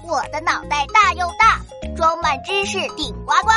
我的脑袋大又大，装满知识顶呱呱。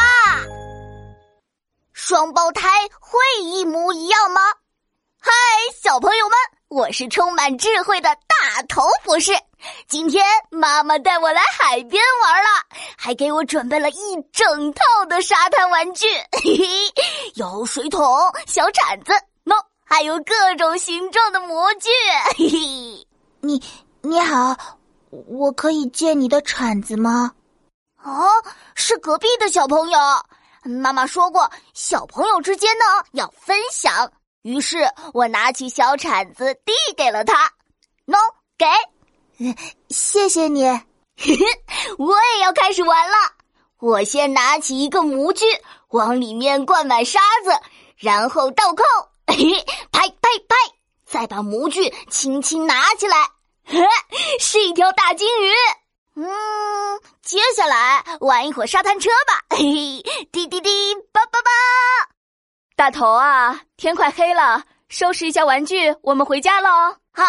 双胞胎会一模一样吗？嗨，小朋友们，我是充满智慧的大头博士。今天妈妈带我来海边玩了，还给我准备了一整套的沙滩玩具，嘿嘿，有水桶、小铲子，还有各种形状的模具，嘿嘿。 你好，我可以借你的铲子吗？ 哦，是隔壁的小朋友。妈妈说过，小朋友之间呢要分享。于是我拿起小铲子递给了他。给。 谢谢你。 我也要开始玩了。我先拿起一个模具，往里面灌满沙子，然后倒扣，拍拍拍，再把模具轻轻拿起来，是一条大金鱼。接下来玩一会儿沙滩车吧，滴滴滴，叭叭叭。 大头啊，天快黑了，收拾一下玩具，我们回家咯。 好。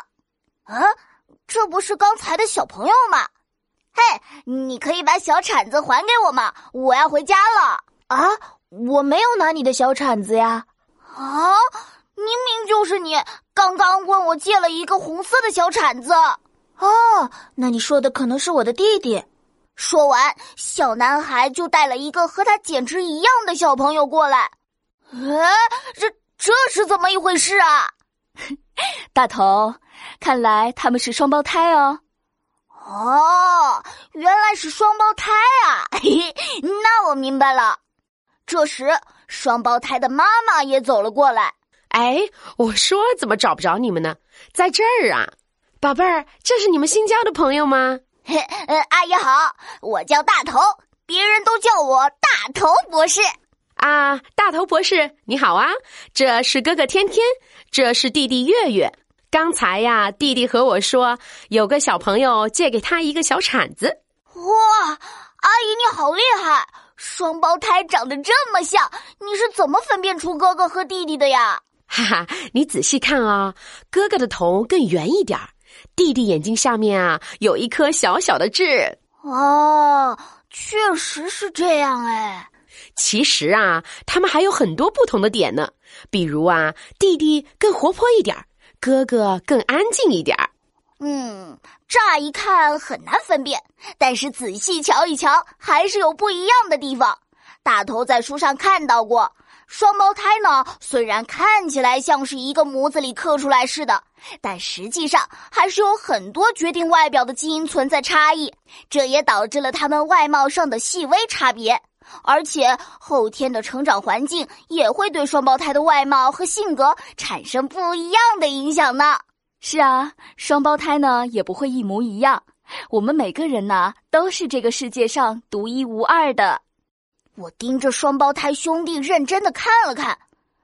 这不是刚才的小朋友吗？嘿，你可以把小铲子还给我吗？我要回家了。 啊，我没有拿你的小铲子呀。 啊，明明就是你，刚刚问我借了一个红色的小铲子。 哦，那你说的可能是我的弟弟。 说完，小男孩就带了一个和他简直一样的小朋友过来。这是怎么一回事啊？ 大头，看来他们是双胞胎哦。 哦，原来是双胞胎啊！那我明白了。这时，双胞胎的妈妈也走了过来。 哎，我说怎么找不着你们呢？在这儿啊，宝贝儿，这是你们新交的朋友吗？ 阿姨好，我叫大头，别人都叫我大头博士。 啊，大头博士，你好啊！这是哥哥天天，这是弟弟月月。刚才呀，弟弟和我说，有个小朋友借给他一个小铲子。 哇，阿姨你好厉害！双胞胎长得这么像，你是怎么分辨出哥哥和弟弟的呀？ 哈哈，你仔细看啊，哥哥的头更圆一点，弟弟眼睛下面啊有一颗小小的痣。 哦，确实是这样哎。 其实啊，他们还有很多不同的点呢，比如啊，弟弟更活泼一点，哥哥更安静一点。 乍一看很难分辨，但是仔细瞧一瞧，还是有不一样的地方。大头在书上看到过，双胞胎呢，虽然看起来像是一个模子里刻出来似的，但实际上还是有很多决定外表的基因存在差异，这也导致了他们外貌上的细微差别。而且后天的成长环境也会对双胞胎的外貌和性格产生不一样的影响呢。 是啊，双胞胎呢也不会一模一样，我们每个人呢都是这个世界上独一无二的。 我盯着双胞胎兄弟认真的看了看，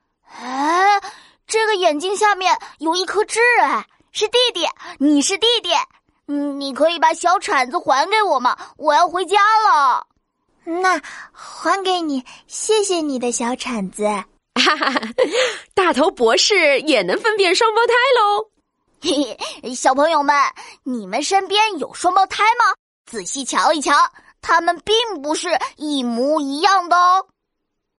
这个眼睛下面有一颗痣，是弟弟，你是弟弟，你可以把小铲子还给我吗？我要回家了。 那还给你，谢谢你的小铲子。 哈哈，大头博士也能分辨双胞胎喽。 嘿嘿，小朋友们，你们身边有双胞胎吗？仔细瞧一瞧，他们并不是一模一样的哦。